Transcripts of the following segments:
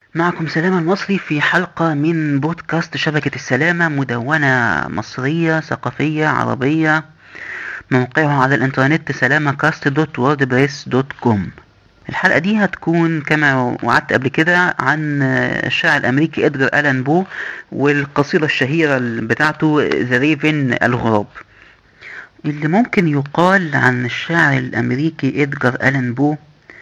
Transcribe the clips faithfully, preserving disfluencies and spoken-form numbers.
معكم سلامة المصري في حلقة من بودكاست شبكة السلامة، مدونة مصرية ثقافية عربية، موقعها على الانترنت سلامة كاست دوت ووردبريس دوت كوم. الحلقة دي هتكون كما وعدت قبل كده عن الشاعر الأمريكي إدغار ألان بو والقصيدة الشهيرة بتاعته ذا ريفن الغراب. اللي ممكن يقال عن الشاعر الأمريكي إدغار ألان بو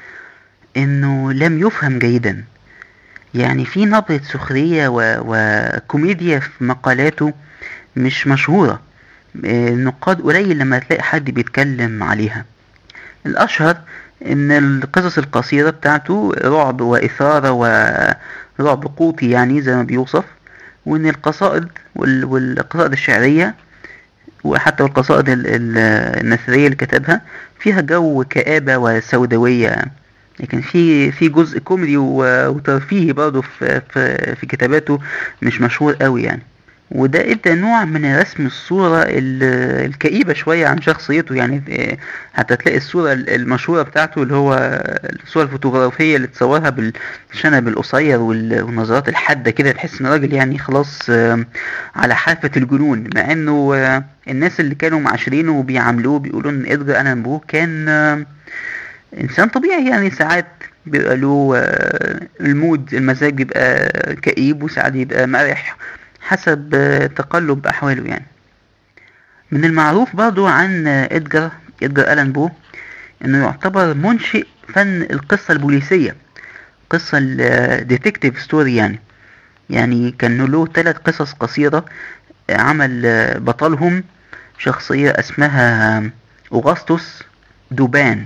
إنه لم يفهم جيدا، يعني في نبرة سخرية و... وكوميديا في مقالاته مش مشهورة. آه، النقاد قليل لما تلاقي حد بيتكلم عليها. الأشهر إن القصص القصيرة بتاعته رعب وإثارة ورعب قوطي، يعني زي ما بيوصف، وإن القصائد وال... والقصائد الشعرية وحتى القصائد ال... ال... النثرية اللي كتبها فيها جو كآبة وسوداوية، لكن في في جزء كوميدي و- وترفيهي برضه في في في كتاباته مش مشهور قوي يعني. وده ادى نوع من رسم الصورة ال- الكئيبة شوية عن شخصيته، يعني آه، حتى تلاقي الصورة ال- المشهورة بتاعته اللي هو الصورة الفوتوغرافية اللي تصورها بالشنب القصير وال- والنظرات الحادة كده، تحس ان راجل يعني خلاص آه، على حافة الجنون، مع انه آه، الناس اللي كانوا معاشرينه وبيعاملوه بيقولوا ان ادجار الان بو كان آه، انسان طبيعي، يعني ساعات بيبقى له آه، المود المزاج بيبقى كئيب وساعات بيبقى مرح حسب آه، تقلب احواله يعني. من المعروف برضو عن آه، ادجار ادجار الان بو انه يعتبر منشئ فن القصة البوليسية، قصة الديتكتيف ستوري يعني. يعني كان له ثلاث قصص قصيرة آه، عمل آه، بطلهم شخصية اسمها أوغسطس دوبان،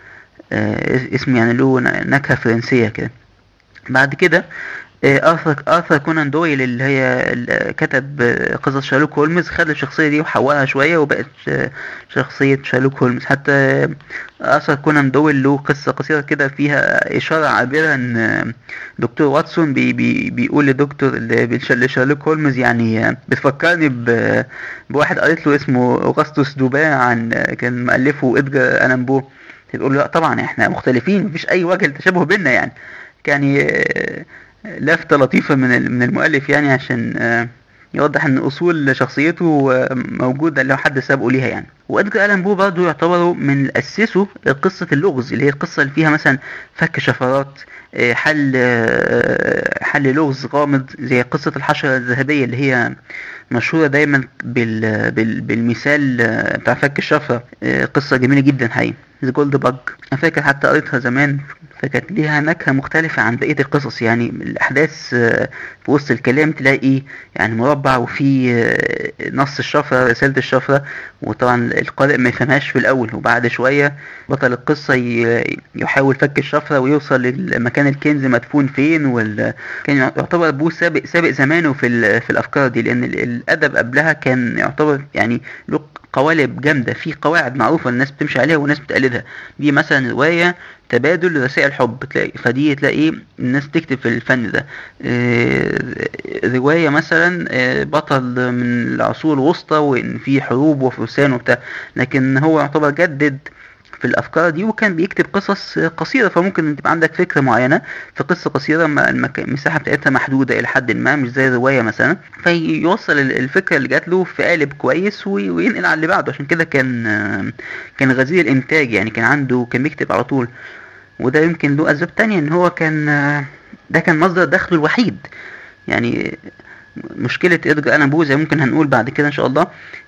آه، اسم يعني له نكهة فرنسية كده. بعد كده آه، ارثر ارثر كونان دويل اللي هي اللي كتب آه، قصص شارلوك هولمز، خد الشخصيه دي وحولها شويه وبقت آه، شخصيه شارلوك هولمز. حتى آه، ارثر كونان دويل له قصه قصيره كده فيها اشاره عابره ان آه، دكتور واتسون بي بي بيقول لدكتور اللي بيش- لشارلوك هولمز، يعني آه، بتفكرني ب- بواحد قريت له اسمه اغسطس دوبان، عن آه، كان مؤلفه ادجار الان بو. تقول له لا طبعا احنا مختلفين، مفيش اي وجه للتشابه بيننا يعني. كان ي- لفتة لطيفة من ال- من المؤلف، يعني عشان آه، يوضح ان اصول شخصيته آه، موجودة لو حد سابقه ليها يعني. وادجار الان بو برضه يعتبروا من اللي اسسوا قصة اللغز، اللي هي القصة اللي فيها مثلا فك شفرات، آه، حل آه، حل لغز غامض، زي قصة الحشرة الذهبية اللي هي مشهورة دايما بال بال بالمثال آه، بتاع فك الشفرة. آه، قصة جميلة جدا حقيقي، ذا جولد باج. انا فاكر حتى قريتها زمان، فكانت ليها نكهة مختلفة عن بقية القصص، يعني الأحداث آه، في وسط الكلام تلاقي يعني مربع وفي آه، نص الشفرة، رسالة الشفرة، وطبعا القارئ ما يفهمهاش في الأول، وبعد شوية بطل القصة ي- يحاول فك الشفرة ويوصل لمكان الكنز مدفون فين. وال... كان يعتبر بو سابق سابق زمانه في ال... في الأفكار دي، لأن ال- الأدب قبلها كان يعتبر يعني له قوالب جامدة، في قواعد معروفة الناس بتمشي عليها والناس بتقلدها. دي مثلا رواية تبادل رسائل حب، تلاقي فدي تلاقي الناس تكتب في الفن ده. آه، رواية مثلا آه، بطل من العصور الوسطى وإن في حروب وفرسان وبتاع، لكن هو يعتبر جدد في الأفكار دي وكان بيكتب قصص قصيرة، فممكن تبقى عندك فكرة معينة في قصة قصيرة، ما- المك- المساحة بتاعتها محدودة إلى حد ما، مش زي رواية مثلا، فيوصل ال- الفكرة اللي جات له في قالب كويس وي- وينقل على اللي بعده. عشان كده كان آه، كان غزير الإنتاج، يعني كان عنده كان بيكتب على طول. وده يمكن له أسباب تانية، إن هو كان ده كان مصدر دخله الوحيد يعني. مشكلة إدجار ألان بو زي ممكن هنقول بعد كده إن شاء الله،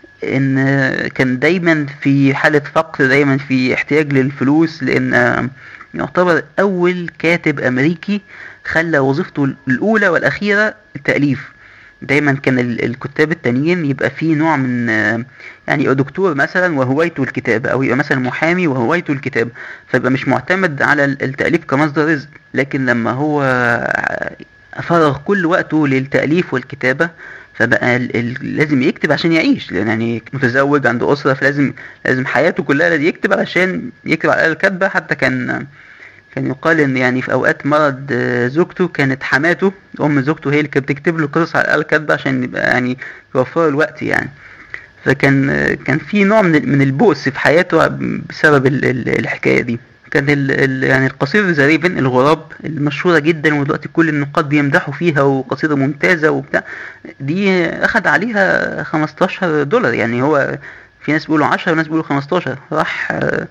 إن كان دايما في حالة فقر، دايما في احتياج للفلوس، لأن يعتبر أول كاتب أمريكي خلى وظيفته الأولى والأخيرة التأليف. دايما كان ال- الكتاب التانيين يبقى فيه نوع من آه، يعني يبقى دكتور مثلا وهوايته الكتابة، او يبقى مثلا محامي وهوايته الكتابة، فيبقى مش معتمد على ال- التأليف كمصدر رزق. لكن لما هو آه، فرغ كل وقته للتأليف والكتابة، فبقى ال ال لازم يكتب عشان يعيش، لان يعني متزوج عنده أسرة، فلازم لازم حياته كلها لازم يكتب علشان يكتب على الآلة الكاتبة. حتى كان كان يقال ان يعني في اوقات مرض آه، زوجته كانت حماته، ام زوجته هي اللي كانت بتكتب له قصص على الآلة الكاتبة عشان يبقى يعني يوفر الوقت يعني. فكان آه، كان في نوع من ال- من البؤس في حياته بسبب ال ال الحكاية دي. كان ال ال يعني القصيدة ذا ريفن الغراب المشهورة جدا، ودلوقتي كل النقاد بيمدحوا فيها وقصيدة ممتازة وبتاع، دي أخد عليها خمستاشر دولار. يعني هو في ناس بيقولوا عشرة وناس بيقولوا خمستاشر. راح آه،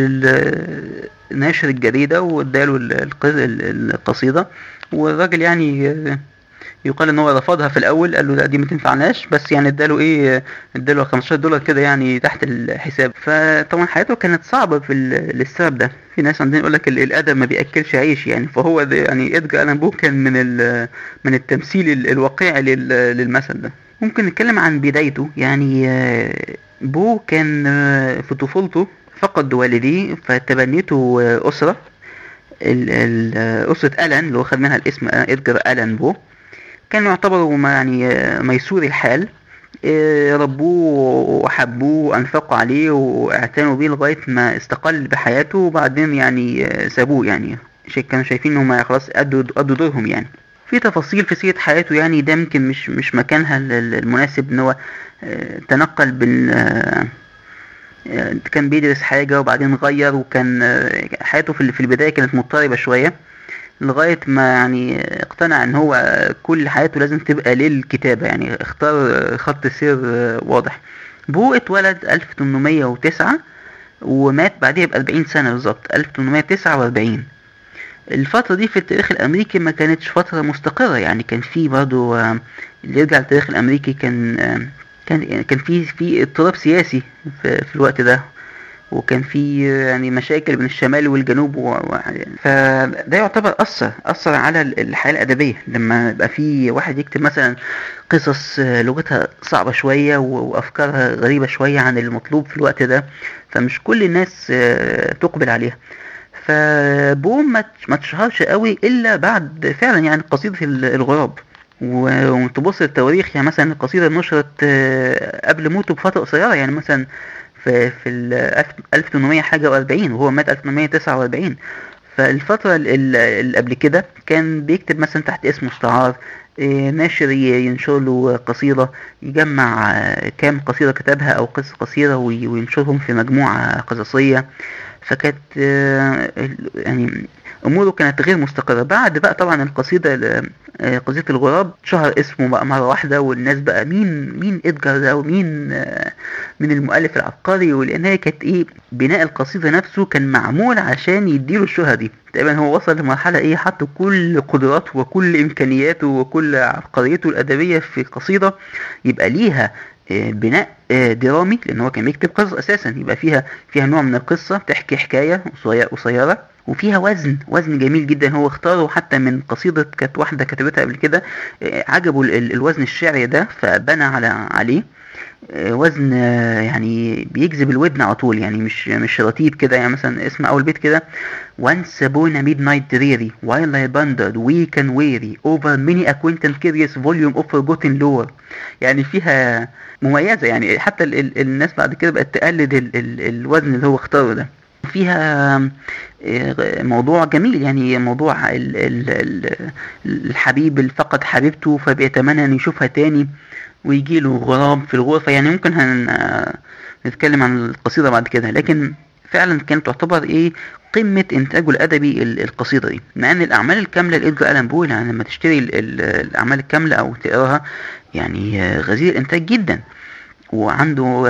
للناشر الجريدة واداله ال- الق- ال- القصيدة، والراجل يعني آه، يقال ان هو رفضها في الاول، قال له لا دي ما تنفعناش، بس يعني اداله ايه، اداله خمستاشر دولار كده يعني تحت الحساب. فطبعا حياته كانت صعبه في ال- للسبب ده. في ناس عندنا يقول لك ال- الادب ما بياكلش عيش يعني، فهو ده يعني ادجار الان بو كان من ال- من التمثيل ال- الواقعي لل- للمثل ده. ممكن نتكلم عن بدايته. يعني آه، بو كان آه، في طفولته فقد والديه، فتبنته آه، اسره ال- ال- آه، اسره الان اللي هو خد منها الاسم آه، ادجار الان بو. كانوا يعتبروا ما يعني آه، ميسور الحال. آه، ربوه وحبوه وأنفقوا عليه واعتنوا بيه لغاية ما استقل بحياته، وبعدين يعني آه، سابوه. يعني شيء كانوا شايفين إنهم خلاص أدوا أدوا دورهم يعني. في تفاصيل في سيرة حياته يعني ده يمكن مش مش مكانها ال- ال- المناسب إن هو آه، تنقل بال آه، آه، كان بيدرس حاجة وبعدين غير، وكان آه، حياته في في البداية كانت مضطربة شوية، لغاية ما يعني اقتنع ان هو كل حياته لازم تبقى للكتابة. يعني اختار خط سير واضح. بو اتولد ألف وتمنمية وتسعة ومات بعديها بأربعين سنة بالظبط ألف وتمنمية وتسعة وأربعين. الفترة دي في التاريخ الأمريكي ما كانتش فترة مستقرة. يعني كان في برضو آه، اللي يرجع للتاريخ الأمريكي كان آه، كان كان في في اضطراب سياسي في, في الوقت ده، وكان في يعني مشاكل بين الشمال والجنوب و... و... فده يعتبر أثر أثر على الحياة الأدبية. لما يبقى في واحد يكتب مثلا قصص لغتها صعبة شوية وأفكارها غريبة شوية عن المطلوب في الوقت ده، فمش كل الناس آه، تقبل عليها. فبوم ما ما اتشهرش قوي إلا بعد فعلا يعني قصيدة الغراب. و- وتبص للتواريخ، يعني مثلا القصيدة نشرت آه، قبل موته بفترة قصيرة، يعني مثلا في في ال ألف وتمنمية حاجة وأربعين، وهو مات ألف وتمنمية وتسعة وأربعين. فالفترة ال- ال- اللي قبل كده كان بيكتب مثلا تحت اسم مستعار، إيه، ناشر ي- ينشر له قصيدة، يجمع آه، كام قصيدة كتبها أو قصة قصيرة وي- وينشرهم في مجموعة قصصية. فكانت آه، ال- يعني أموره كانت غير مستقرة. بعد بقى طبعا القصيدة ال- آه، قصيدة الغراب شهر اسمه بقى مرة واحدة، والناس بقى مين مين إدجار ده، ومين آه، من المؤلف العبقري. ولأن هي كانت إيه، بناء القصيدة نفسه كان معمول عشان يديله الشهرة دي. تقريبا هو وصل لمرحلة إيه، حط كل قدراته وكل إمكانياته وكل عبقريته الأدبية في قصيدة يبقى ليها آه، بناء آه، درامي، لأن هو كان بيكتب قصص أساسا، يبقى فيها فيها نوع من القصة بتحكي حكاية قصيرة قصيرة، وفيها وزن وزن جميل جدا هو اختاره حتى من قصيدة كانت واحدة كتبتها قبل كده. آه، عجبه ال- ال- الوزن الشعري ده فبنى على عليه آه، وزن آه، يعني بيجذب الودن على طول، يعني مش مش رتيب كده. يعني مثلا اسمع اول بيت كده: Once upon a midnight dreary, while I wandered weak and weary over many a quaint and curious volume of forgotten lore. يعني فيها مميزة، يعني حتى ال ال الناس بعد كده بقت تقلد ال ال الوزن اللي هو اختاره ده. فيها آه، موضوع جميل، يعني موضوع ال ال ال الحبيب اللي فقد حبيبته فبيتمنى ان يشوفها تاني، ويجي له غراب في الغرفة. يعني ممكن هن آه، نتكلم عن القصيدة بعد كده، لكن فعلا كانت تعتبر ايه، قمة انتاجه الادبي ال- القصيدة دي. مع ان الاعمال الكاملة لإدجار ألان بو، يعني لما تشتري ال- ال- الاعمال الكاملة او تقراها يعني آه، غزير الانتاج جدا، وعنده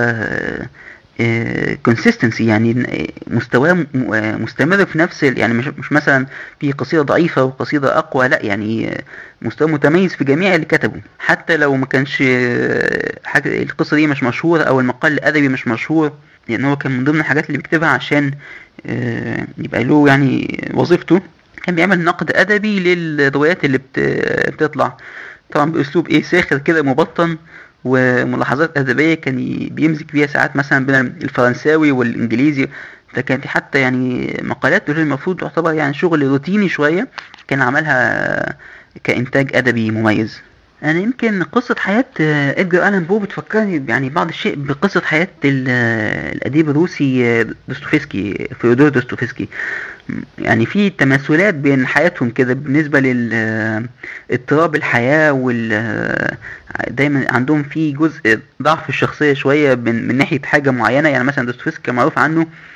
كونسيستنسي، يعني مستواه م- آه، مستمر في نفس ال- يعني مش مش مثلا في قصيدة ضعيفة وقصيدة أقوى، لا يعني آه، مستوى متميز في جميع اللي كتبه. حتى لو ما كانش آه، حاجة القصة دي مش مشهورة أو المقال الأدبي مش مشهور، لأن هو كان من ضمن الحاجات اللي بيكتبها عشان آه، يبقى له يعني وظيفته. كان بيعمل نقد أدبي للروايات اللي بت- بتطلع، طبعا بأسلوب إيه، ساخر كده مبطن، وملاحظات أدبية كان ي- بيمزج فيها ساعات مثلا بين الفرنساوي والإنجليزي. فكانت حتى يعني مقالات اللي المفروض تعتبر يعني شغل روتيني شوية، كان عملها كإنتاج أدبي مميز. أنا يمكن قصة حياة آه، إدجار ألان بو بتفكرني يعني بعض الشيء بقصة حياة ال- آه، الأديب الروسي آه، دوستويفسكي، فيودور دوستويفسكي. يعني في تماثلات بين حياتهم كده بالنسبة للاضطراب الحياة وال آه، دايما عندهم في جزء ضعف الشخصية شوية من, من ناحية حاجة معينة. يعني مثلا دوستويفسكي كان معروف عنه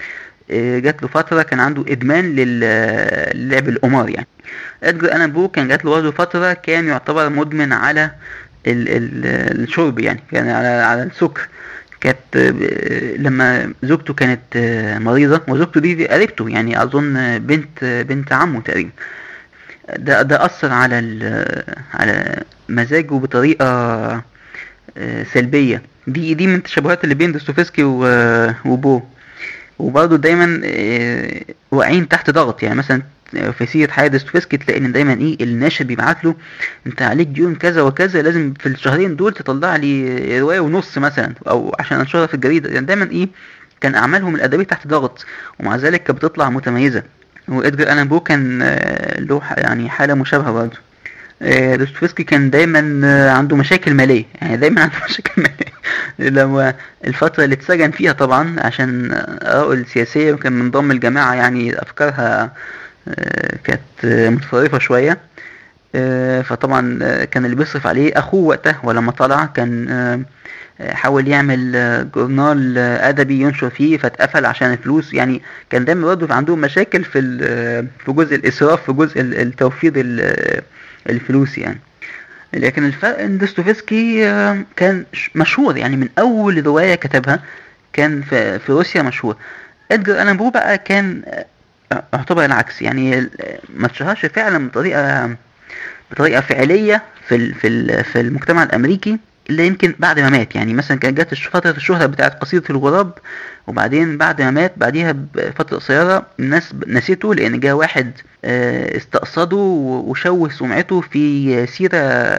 آه، جات له فترة كان عنده إدمان لل- للعب القمار يعني. إدجار ألان بو كان جات له برضه فترة كان يعتبر مدمن على ال ال الشرب يعني، كان على على السكر. كانت آه، لما زوجته كانت آه، مريضة، وزوجته دي قريبته يعني، أظن بنت بنت عمه تقريبا. ده ده أثر على ال- على مزاجه بطريقة آه، سلبية. دي دي من التشابهات اللي بين دوستويفسكي و- وبو. وبرضه دايما آه، واقعين تحت ضغط يعني. مثلا في سيرة حياة دوستويفسكي تلاقي ان دايما ايه الناشر بيبعت له: انت عليك ديون كذا وكذا، لازم في الشهرين دول تطلع لي رواية ونص مثلا، او عشان انشرها في الجريدة يعني. دايما ايه كان اعمالهم الادبية تحت ضغط، ومع ذلك كانت بتطلع متميزة. وإدجار ألان بو كان آه، له ح- يعني حالة مشابهة برضه. آه، دوستويفسكي كان دايما آه، عنده مشاكل مالية يعني، دايما عنده مشاكل مالية. لما الفترة اللي اتسجن فيها طبعا عشان آراءه السياسية، وكان من ضمن الجماعة يعني أفكارها آه، كانت آه، متطرفة شوية. آه، فطبعا آه، كان اللي بيصرف عليه أخوه وقتها، ولما طلع كان آه، آه، حاول يعمل آه، جورنال آه، أدبي ينشر فيه، فاتقفل عشان الفلوس يعني. كان دايما برضه عندهم مشاكل في ال- آه، في جزء الإسراف، في جزء ال- التوفير ال- آه، الفلوس يعني. لكن الفرق ان دوستويفسكي آه، كان ش- مشهور يعني من اول رواية كتبها، كان في, في روسيا مشهور. ادجار الان بو بقى كان آه، يعتبر العكس يعني. ال- ما اتشهرش فعلا بطريقة بطريقة فعلية في ال- في ال- في المجتمع الامريكي الا يمكن بعد ما مات يعني. مثلا كانت جت الش- فترة الشهرة بتاعت قصيدة الغراب، وبعدين بعد ما مات بعديها بفترة قصيرة الناس ب- نسيته، لأن جه واحد آه، استقصده و- وشوه سمعته في سيرة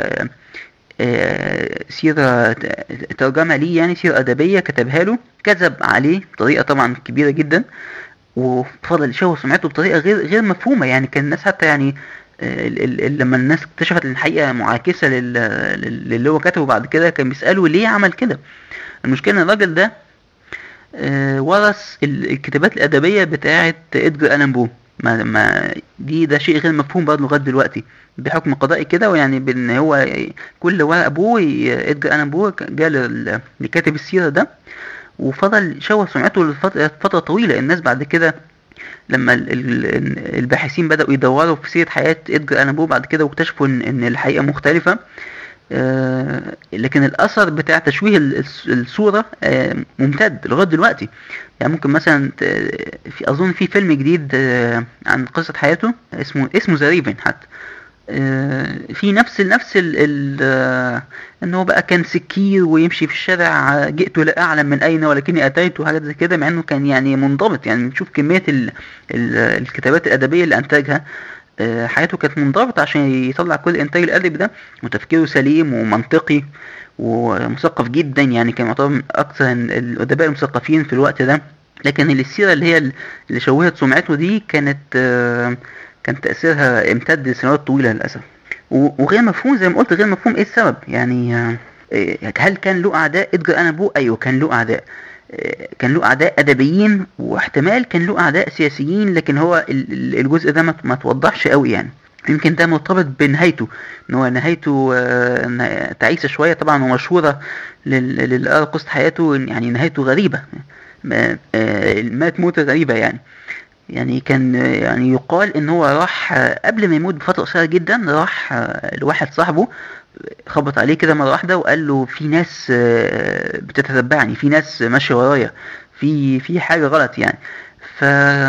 آه، سيرة ت- ترجمة ليه يعني، سيرة أدبية كتبها له، كذب عليه بطريقة طبعا كبيرة جدا، وفضل يشوه سمعته بطريقة غير غير مفهومة يعني. كان الناس حتى يعني آه، ال- ال- ال- لما الناس اكتشفت ان الحقيقة معاكسة لل- لل- للي هو كتبه بعد كده، كان بيسألوا ليه عمل كده. المشكلة ان الراجل ده آه، ورث ال- الكتابات الأدبية بتاعة إدجار ألان بو. ما ما دي ده شيء غير مفهوم برضه لغاية دلوقتي، بحكم قضائي كده، ويعني بان هو كل ورق ابوه ي- إدجار ألان بو جه لل- لكاتب السيرة ده، وفضل شوه سمعته لفترة فترة طويلة. الناس بعد كده لما ال- ال- الباحثين بدأوا يدوروا في سيرة حياة إدجار ألان بو بعد كده، واكتشفوا ان إن الحقيقة مختلفة. آه، لكن الأثر بتاع تشويه ال- الس- الصورة آه، ممتد لغاية دلوقتي يعني. ممكن مثلا ت- في أظن في فيلم جديد آه، عن قصة حياته، اسمه اسمه ذا ريفن حتى. آه، في نفس ال نفس ال ال آه، ان هو بقى كان سكير ويمشي في الشارع، آه، جئت لا اعلم من اين ولكني اتيت، وحاجات زي كده، مع انه كان يعني منضبط يعني. نشوف كمية ال ال الكتابات الادبية اللي انتجها، آه، حياته كانت منضبطة عشان يطلع كل الانتاج الادبي ده، وتفكيره سليم ومنطقي ومثقف جدا يعني. كان يعتبر من اكثر الادباء المثقفين في الوقت ده. لكن السيرة اللي هي اللي شوهت سمعته دي كانت آه، كان تأثيرها امتد لسنوات طويلة للأسف. و- وغير مفهوم زي ما قلت، غير مفهوم ايه السبب يعني. آه، إيه، هل كان له أعداء إدجار ألان بو؟ أيوه كان له أعداء. آه، كان له أعداء أدبيين، واحتمال كان له أعداء سياسيين، لكن هو ال- ال- الجزء ده ما ما توضحش قوي يعني. يمكن ده مرتبط بنهايته، ان هو نهايته آه، نه- تعيسة شوية طبعا، ومشهورة لل- للي قرا قصة حياته، إن يعني نهايته غريبة. ما- آه، مات موتة غريبة يعني. يعني كان آه، يعني يقال ان هو راح آه، قبل ما يموت بفترة قصيرة جدا، راح آه، لواحد صاحبه، خبط عليه كده مرة واحدة وقال له في ناس آه، بتتتبعني، في ناس ماشية ورايا، في في حاجة غلط يعني. ف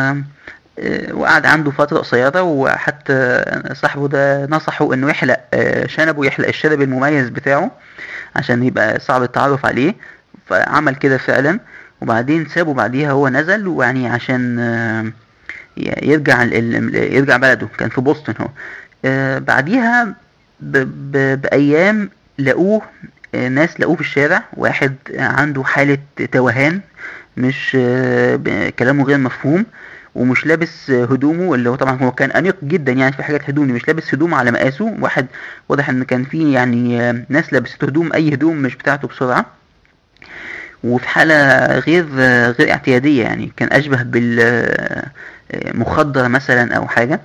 آه، وقعد عنده فترة قصيرة، وحتى صاحبه ده نصحه انه يحلق آه، شنبه، يحلق الشنب المميز بتاعه عشان يبقى صعب التعرف عليه. فعمل كده فعلا، وبعدين سابه بعديها، هو نزل ويعني عشان آه، ي- يرجع ال- ال- يرجع بلده، كان في بوسطن هو. آه، بعديها ب... ب... بأيام لقوه، آه، ناس لقوه في الشارع، واحد عنده حالة توهان، مش آه، ب- كلامه غير مفهوم، ومش لابس آه، هدومه، اللي هو طبعا هو كان أنيق جدا يعني في حاجات هدومه، مش لابس هدوم على مقاسه. واحد واضح ان كان في يعني آه، ناس لبست هدوم، اي هدوم مش بتاعته بسرعة، وفي حالة غير آه، غير اعتيادية يعني. كان أشبه بالمخدر مثلا أو حاجة.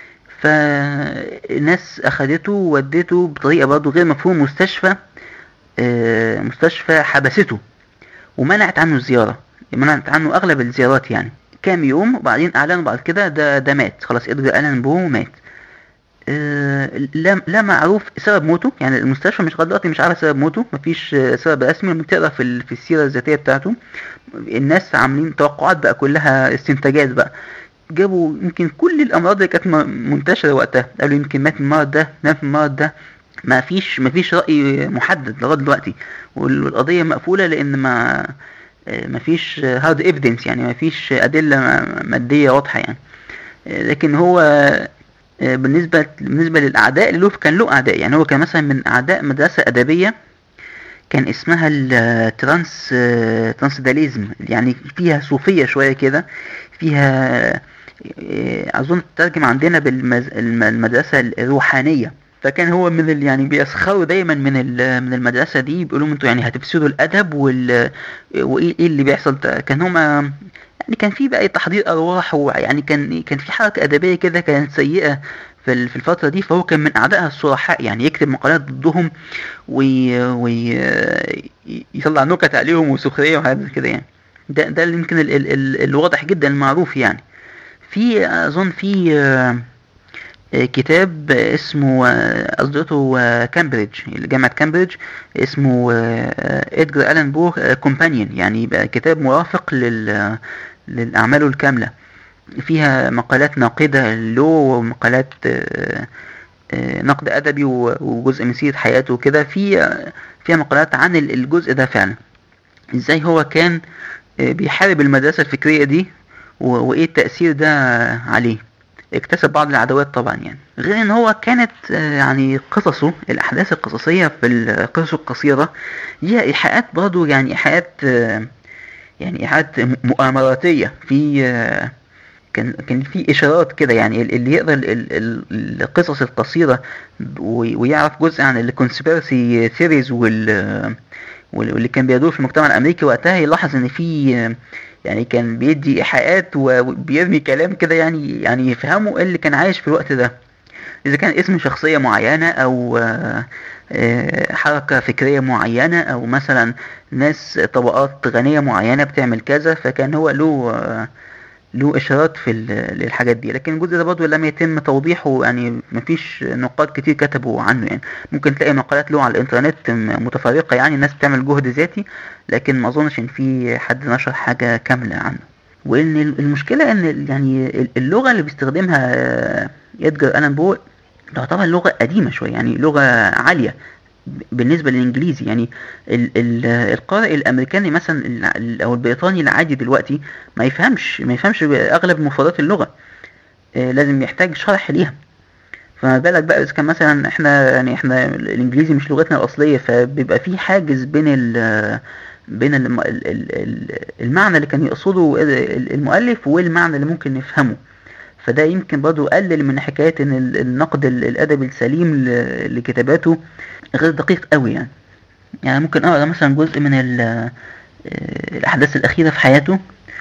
فالناس أخدته وودته بطريقة برضه غير مفهوم مستشفى، آه، مستشفى حبسته، ومنعت عنه الزيارة، منعت عنه أغلب الزيارات يعني. كام يوم، وبعدين اعلنوا بعد كده ده ده مات خلاص، ادجار الان بو مات. آه، لا لا معروف سبب موته، يعني المستشفى مش لغايه دلوقتي مش عارف سبب موته، مفيش آه، سبب رسمي. لما تقرا في ال- في السيره الذاتيه بتاعته، الناس عاملين توقعات بقى كلها استنتاجات بقى. جابوا يمكن كل الامراض اللي كانت م- منتشره وقتها، قالوا يمكن مات من المرض ده، مات من المرض ده. ما فيش ما فيش راي محدد لغايه دلوقتي، وال- والقضيه مقفوله لان ما آه، ما فيش هارد ايفيدنس، يعني ما فيش ادله م- ماديه واضحه يعني. آه، لكن هو آه، بالنسبة بالنسبة للأعداء لوف، كان له أعداء. يعني هو كان مثلا من أعداء مدرسة أدبية كان اسمها الترانس ترانسداليزم، يعني فيها صوفية شوية كده، فيها آه، أظن تترجم عندنا بالمدرسة الروحانية. فكان هو من ال... يعني بيسخروا دايما من ال... من المدرسة دي، بيقولوا انتوا يعني هتفسدوا الأدب وال... وإيه إيه اللي بيحصل ده. كان هما يعني كان في بقى تحضير أرواح، ويعني كان كان في حركة أدبية كده كانت سيئة في ال- في الفترة دي. فهو كان من أعدائها الصرحاء، يعني يكتب مقالات ضدهم ويطلع نكت عليهم وسخرية وحاجات زي كده يعني. ده ده اللي يمكن ال... ال... ال... الواضح جدا المعروف يعني. في أظن في آه، آه، كتاب اسمه آه، أصدرته آه، كامبريدج، جامعة كامبريدج، اسمه إدجار ألان بو كومبانيون، يعني يبقى كتاب مرافق لل للأعمال الكاملة. فيها مقالات ناقدة له، ومقالات آه، آه، نقد أدبي، و- وجزء من سيرة حياته وكده. في آه، فيها مقالات عن ال- الجزء ده فعلا، ازاي هو كان آه، بيحارب المدرسة الفكرية دي، و- وايه التأثير ده عليه. اكتسب بعض العداوات طبعا يعني. غير ان هو كانت آه، يعني قصصه، الاحداث القصصية في القصص القصيرة ليها ايحاءات برضه، يعني ايحاءات آه، يعني ايحاءات م- مؤامراتية في آه، كان كان في اشارات كده. يعني ال- اللي يقرا ال- ال- ال- القصص القصيرة و- ويعرف جزء عن الكونسبيرسي ثيريز وال واللي كان بيدور في المجتمع الامريكي وقتها، يلاحظ ان في يعني كان بيدي ايحاءات وبيرمي كلام كده، يعني يعني يفهموا إيه اللي كان عايش في الوقت ده، اذا كان اسم شخصية معينة، او آه، آه، حركة فكرية معينة، او مثلا ناس طبقات غنية معينة بتعمل كذا. فكان هو له آه، له اشارات في ال- للحاجات دي. لكن الجزء ده برضه لم يتم توضيحه، يعني مفيش نقاد كتير كتبوا عنه يعني. ممكن تلاقي مقالات له على الانترنت م- متفرقة، يعني الناس بتعمل جهد ذاتي، لكن ما اظنش ان في حد نشر حاجة كاملة عنه. وان ال- المشكلة ان ال- يعني ال- اللغة اللي بيستخدمها آه، ادجار الان بو تعتبر لغة قديمة شوية، يعني لغة عالية بالنسبة للإنجليزي. يعني ال ال القارئ الأمريكاني مثلا ال- ال- أو البريطاني العادي دلوقتي ما يفهمش ما يفهمش أغلب مفردات اللغة، آه، لازم يحتاج شرح ليها. فما بالك بقى إذا كان مثلا إحنا، يعني إحنا الإنجليزي مش لغتنا الأصلية، فبيبقى في حاجز بين ال بين الم- ال- ال- ال- المعنى اللي كان يقصده ال- المؤلف والمعنى اللي ممكن نفهمه. فده يمكن برضه قلل من حكاية إن ال- النقد ال- الأدبي السليم ل- لكتاباته غير دقيق قوي يعني. يعني ممكن اقرا مثلا جزء من ال- آه، الاحداث الاخيره في حياته،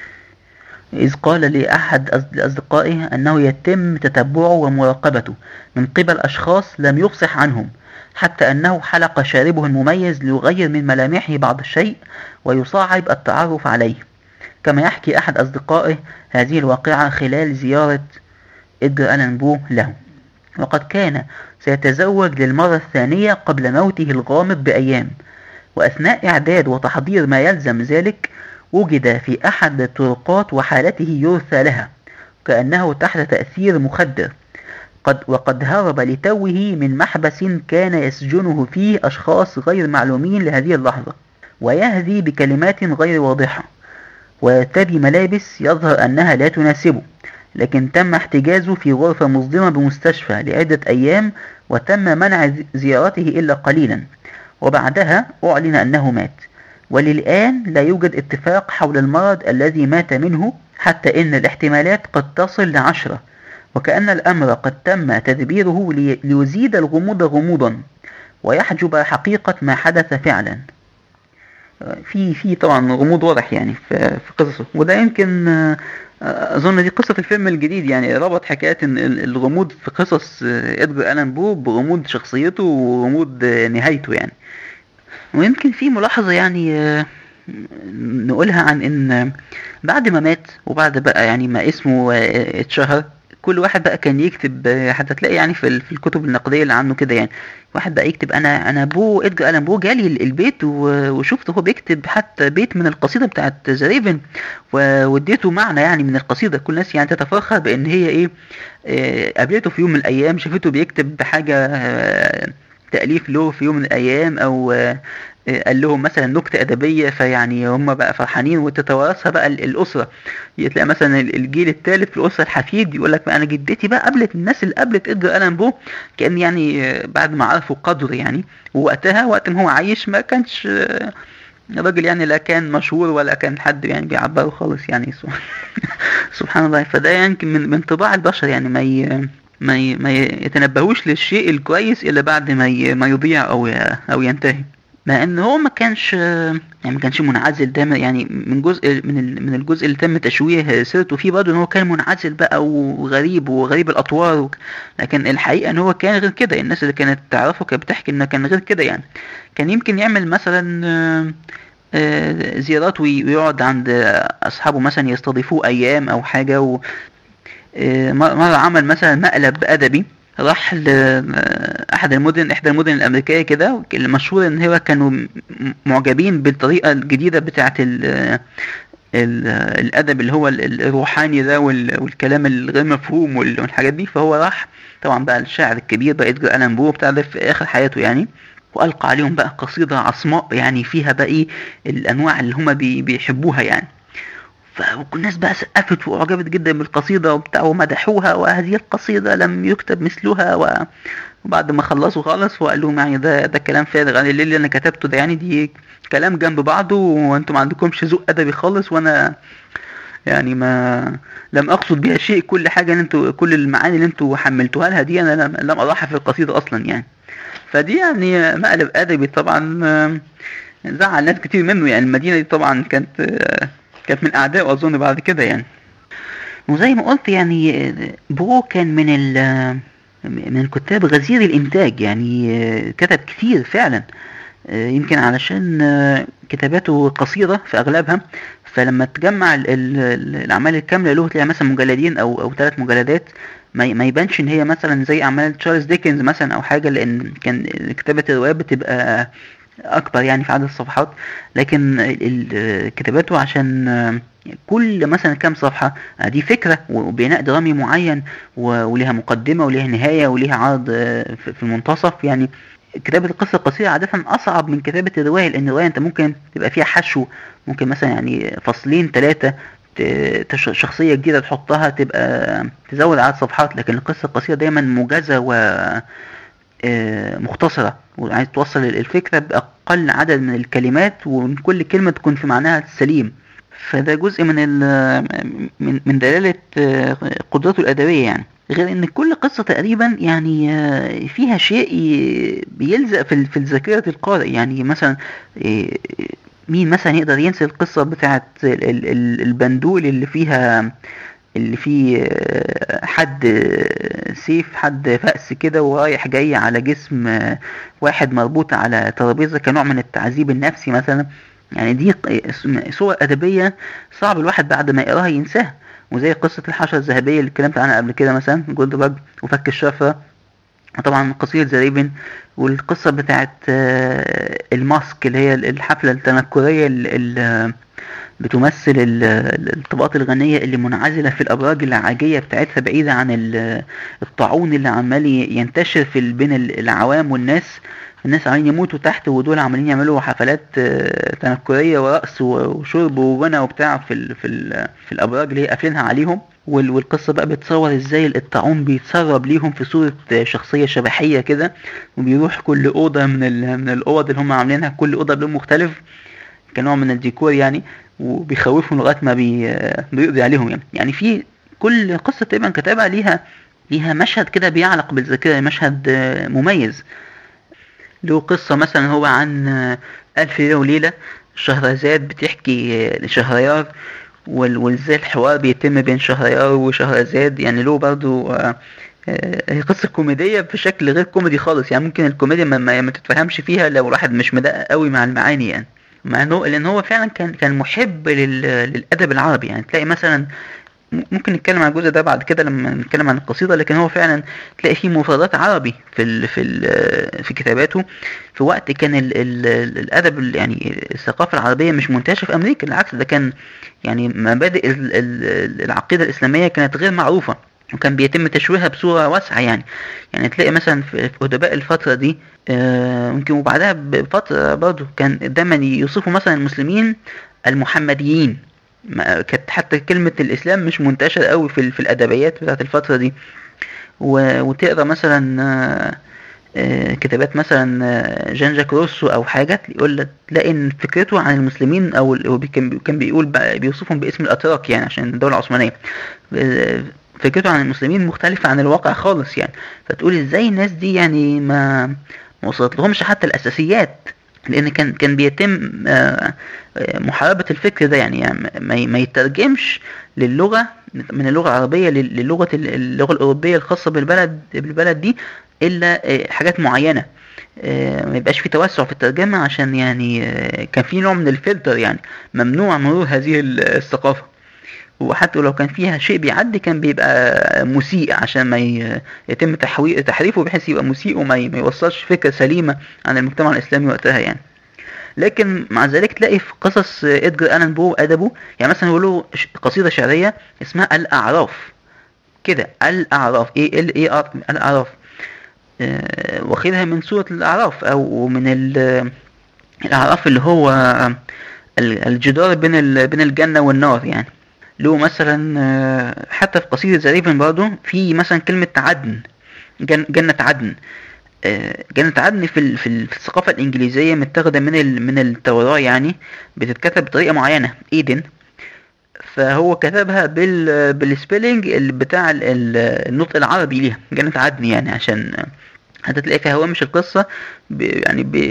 اذ قال لاحد أصد- اصدقائه انه يتم تتبعه ومراقبته من قبل اشخاص لم يفصح عنهم، حتى انه حلق شاربه المميز ليغير من ملامحه بعض الشيء ويصعب التعرف عليه. كما يحكي احد اصدقائه هذه الواقعه خلال زياره إدجار ألان بو له، وقد كان سيتزوج للمرة الثانية قبل موته الغامض بأيام، وأثناء إعداد وتحضير ما يلزم ذلك وجد في أحد الطرقات وحالته يرثى لها كأنه تحت تأثير مخدر، قد وقد هرب لتوه من محبس كان يسجنه فيه أشخاص غير معلومين لهذه اللحظة، ويهذي بكلمات غير واضحة، ويرتدي ملابس يظهر أنها لا تناسبه. لكن تم احتجازه في غرفة مظلمة بمستشفى لعدة أيام، وتم منع زيارته إلا قليلا، وبعدها أعلن أنه مات. وللآن لا يوجد اتفاق حول المرض الذي مات منه، حتى إن الاحتمالات قد تصل لعشرة، وكأن الأمر قد تم تدبيره لي- ليزيد الغموض غموضا ويحجب حقيقة ما حدث فعلا. في في طبعا غموض واضح يعني في في قصصه. وده يمكن آه، اظن دي قصة الفيلم الجديد، يعني ربط حكاية ان ال- الغموض في قصص آه، ادجار الان بو بغموض شخصيته وغموض آه، نهايته يعني. ويمكن في ملاحظة يعني آه، نقولها عن ان بعد ما مات وبعد بقى يعني ما اسمه آه، اتشهر، كل واحد بقى كان يكتب، آه، حتى تلاقي يعني في ال- في الكتب النقديه اللي عنه كده يعني، واحد بقى يكتب انا انا بو ادجار الان بو جالي ال- البيت و- وشفته هو بيكتب حتى بيت من القصيده بتاعت ذا ريفن، واديته معنى يعني من القصيده، كل الناس يعني تتفاخر بان هي ايه، آه، قابلته في يوم من الايام، شافته بيكتب حاجه آه، تأليف له في يوم من الأيام، أو آه، آه، قال لهم مثلا نكتة أدبية، فيعني هم بقى فرحانين وتتوارثها بقى ال- الأسرة. تلاقي مثلا ال- الجيل الثالث في الأسرة الحفيد يقول لك أنا جدتي بقى قابلت الناس اللي قابلت إدجار ألان بو، كأن يعني آه، بعد ما عرفوا قدره يعني. ووقتها وقت ما هو عايش ما كانش آه، الراجل يعني لا كان مشهور ولا كان حد يعني بيعبره خالص يعني. سبحان الله. فده يمكن من من طباع البشر يعني، ما ي... ما ي... ما يتنبهوش للشيء الكويس الا بعد ما ي... ما يضيع او ي... او ينتهي. مع ان هو ما كانش يعني ما كانش منعزل دايما يعني، من جزء من ال... من الجزء اللي تم تشويه سيرته فيه برضه ان هو كان منعزل بقى وغريب وغريب الاطوار و... لكن الحقيقه ان هو كان غير كده. الناس اللي كانت تعرفه كانت بتحكي انه كان غير كده يعني. كان يمكن يعمل مثلا آه، آه، زيارات وي- ويقعد عند آه، أصحابه مثلا يستضيفوه أيام أو حاجة و... آه، مر- مرة عمل مثلا مقلب أدبي، راح لأحد المدن إحدى المدن الأمريكية كده، المشهور إن هو كانوا م- معجبين بالطريقة الجديدة بتاعة ال... ال... الأدب اللي هو ال- الروحاني ده وال... والكلام الغير مفهوم وال- والحاجات دي. فهو راح طبعا بقى الشاعر الكبير بقى إدجار ألان بو بتاع ده في آخر حياته يعني، وألقى عليهم بقى قصيدة عصماء يعني فيها بقى إيه الأنواع اللي هما بي بيحبوها يعني. فكل الناس بقى سقفت وأعجبت جدا بالقصيدة وبتاع ومدحوها، وهذه القصيدة لم يكتب مثلها و... وبعد ما خلصوا خالص وقال لهم يعني ده ده كلام فارغ، يعني اللي أنا كتبته ده يعني دي كلام جنب بعضه، وأنتم ما عندكمش ذوق أدبي خالص، وأنا يعني ما لم أقصد بها شيء، كل حاجة اللي انتوا كل المعاني اللي انتوا حملتوها لها دي أنا لم, لم أضعها في القصيدة أصلا يعني. فدي يعني مقلب أدبي طبعا، آه، زعل ناس كتير منه يعني. المدينة دي طبعا كانت آه، كانت من أعدائه أظن بعد كده يعني. وزي ما قلت يعني آه، بو كان من ال آه، من الكتاب غزير الإنتاج يعني، آه، كتب كتير فعلا، آه، يمكن علشان آه، كتاباته قصيرة في أغلبها، فلما تجمع ال- ال- ال- الأعمال الكاملة له تلاقي مثلا مجلدين أو أو ثلاث مجلدات، ما ي- ما يبانش إن هي مثلا زي أعمال تشارلز ديكنز مثلا أو حاجة، لأن كان كتابة الروايات بتبقى أكبر يعني في عدد الصفحات. لكن ال- ال- كتاباته عشان آه، كل مثلا كام صفحة آه، دي فكرة وبناء درامي معين، و- وليها مقدمة وليها نهاية وليها عرض آه، في في المنتصف يعني. كتابة القصة القصيرة عادة أصعب من كتابة الرواية، لأن الرواية أنت ممكن تبقى فيها حشو، ممكن مثلا يعني فصلين ثلاثة شخصية جديدة تحطها تبقى تزود عدد صفحات، لكن القصة القصيرة دايما موجزة و آه، مختصرة، وعايز توصل الفكرة بأقل عدد من الكلمات، ومن كل كلمة تكون في معناها السليم. فده جزء من ال من من دلالة آه، قدرته الأدبية يعني. غير ان كل قصة تقريبا يعني آه، فيها شيء ي- بيلزق في ال- في ذاكرة القارئ يعني. مثلا آه، مين مثلا يقدر ينسى القصة بتاعت ال- ال- ال- البندول اللي فيها اللي فيه آه، حد آه، سيف، حد فأس كده ورايح جاي على جسم آه، واحد مربوط على ترابيزة كنوع من التعذيب النفسي مثلا يعني. دي ق- صور أدبية صعب الواحد بعد ما يقراها ينساها. وزي قصة الحشرة الذهبية اللي اتكلمت عنها قبل كده مثلا، جولدبرج وفك الشفرة، وطبعا قصيدة ذا ريفن، والقصة بتاعت آه، الماسك اللي هي الحفلة التنكرية اللي بتمثل ال- ال- الطبقات الغنية اللي منعزلة في الأبراج العاجية بتاعتها، بعيدة عن ال- الطاعون اللي عمال ينتشر في ال- بين ال- العوام والناس. الناس عمالين يموتوا تحت، ودول عمالين يعملوا حفلات آه، تنكرية ورقص و- وشرب وغنى وبتاع في ال في ال في الأبراج اللي هي قافلينها عليهم. وال- والقصة بقى بتصور ازاي الطاعون بيتسرب ليهم في صورة آه، شخصية شبحية كده، وبيروح كل أوضة من ال من الأوض اللي هم عاملينها، كل أوضة بلون مختلف كنوع من الديكور يعني، وبيخوفهم لغاية ما بي... بيقضي عليهم يعني. يعني في كل قصة تقريبا كتابة ليها ليها مشهد كده بيعلق بالذاكرة، مشهد آه، مميز. له قصة مثلا هو عن آه، ألف ليلة وليلة، شهرزاد بتحكي آه، لشهريار، وال- وازاي الحوار بيتم بين شهريار وشهرزاد يعني. له برضو آه، آه، هي قصة كوميدية بشكل غير كوميدي خالص يعني، ممكن الكوميديا ما, ما ما تتفهمش فيها لو الواحد مش مدقق قوي مع المعاني يعني. مع انه لان هو فعلا كان كان محب لل... للادب العربي. يعني تلاقي مثلا، ممكن نتكلم عن الجزء ده بعد كده لما نتكلم عن القصيدة، لكن هو فعلا تلاقي فيه مفردات عربي في ال في ال في كتاباته في وقت كان ال ال الأدب ال- يعني الثقافة العربية مش منتشرة في أمريكا. بالعكس، ده كان يعني مبادئ ال- ال- العقيدة الإسلامية كانت غير معروفة، وكان بيتم تشويهها بصورة واسعة يعني. يعني تلاقي مثلا في في أدباء الفترة دي، آه، يمكن وبعدها بفترة برضه كان دايما يوصفوا مثلا المسلمين المحمديين. ما كانت حتى كلمة الإسلام مش منتشرة قوي في ال- في الأدبيات بتاعت الفترة دي. و- وتقرا مثلا آه، آه، كتابات مثلا آه، جان جاك روسو أو حاجة، يقول لك تلاقي إن فكرته عن المسلمين، أو ال- هو بي- كان كان بيقول بقى- بيوصفهم باسم الأتراك يعني عشان الدولة العثمانية. آه، فكرته عن المسلمين مختلفة عن الواقع خالص يعني. فتقول ازاي الناس دي يعني ما ما وصلت لهمش حتى الأساسيات، لأن كان كان بيتم آه، آه، محاربة الفكر ده يعني. يعني ما ما يترجمش للغة من اللغة العربية لل- للغة ال- اللغة الأوروبية الخاصة بالبلد بالبلد دي، إلا آه، حاجات معينة. آه، ما يبقاش في توسع في الترجمة، عشان يعني آه، كان في نوع من الفلتر يعني، ممنوع مرور هذه ال- الثقافة. وحتى لو كان فيها شيء بيعدي كان بيبقى مسيء، عشان ما ي- يتم تحوي- تحريفه بحيث يبقى مسيء وما ي- ما يوصلش فكرة سليمة عن المجتمع الإسلامي وقتها يعني. لكن مع ذلك تلاقي في قصص إدجار ألان بو أدبه، يعني مثلا هو له ش- قصيدة شعرية اسمها الأعراف، كده الأعراف، ايه ال اي ار الأعراف. آه، واخدها من سورة الأعراف، أو من ال- الأعراف اللي هو ال- الجدار بين ال- بين الجنة والنار يعني. له مثلا آه، حتى في قصيدة زريفن برضه في مثلا كلمة عدن، جن جنة عدن. آه، جنة عدن في ال- في ال- في الثقافة الإنجليزية متاخدة من ال- من التوراة يعني، بتتكتب بطريقة معينة، إيدن. فهو كتبها بال بالسبيلنج ال- بتاع ال- ال- النطق العربي ليها، جنة عدن يعني، عشان هتلاقي في هوامش القصة ب يعني ب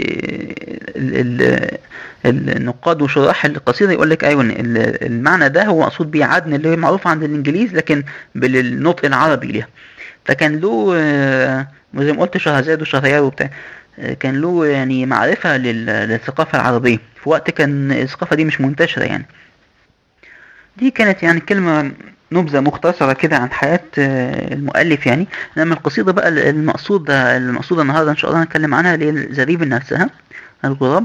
ال ال النقاد وشراح القصيدة يقول لك أيوة إن ال- المعنى ده هو مقصود بيه عدن اللي هي معروف عند الإنجليز، لكن بالنطق العربي ليها. فكان له آه، زي ما قلت شهرزاد وشهريار وبتاع، آه، كان له يعني معرفة لل- للثقافة العربية في وقت كان الثقافة دي مش منتشرة يعني. دي كانت يعني كلمة نبذة مختصرة كده عن حياة آه، المؤلف يعني. لما القصيدة بقى المقصودة المقصودة النهاردة إن شاء الله هنتكلم عنها، اللي هي الزريبة نفسها، الغراب.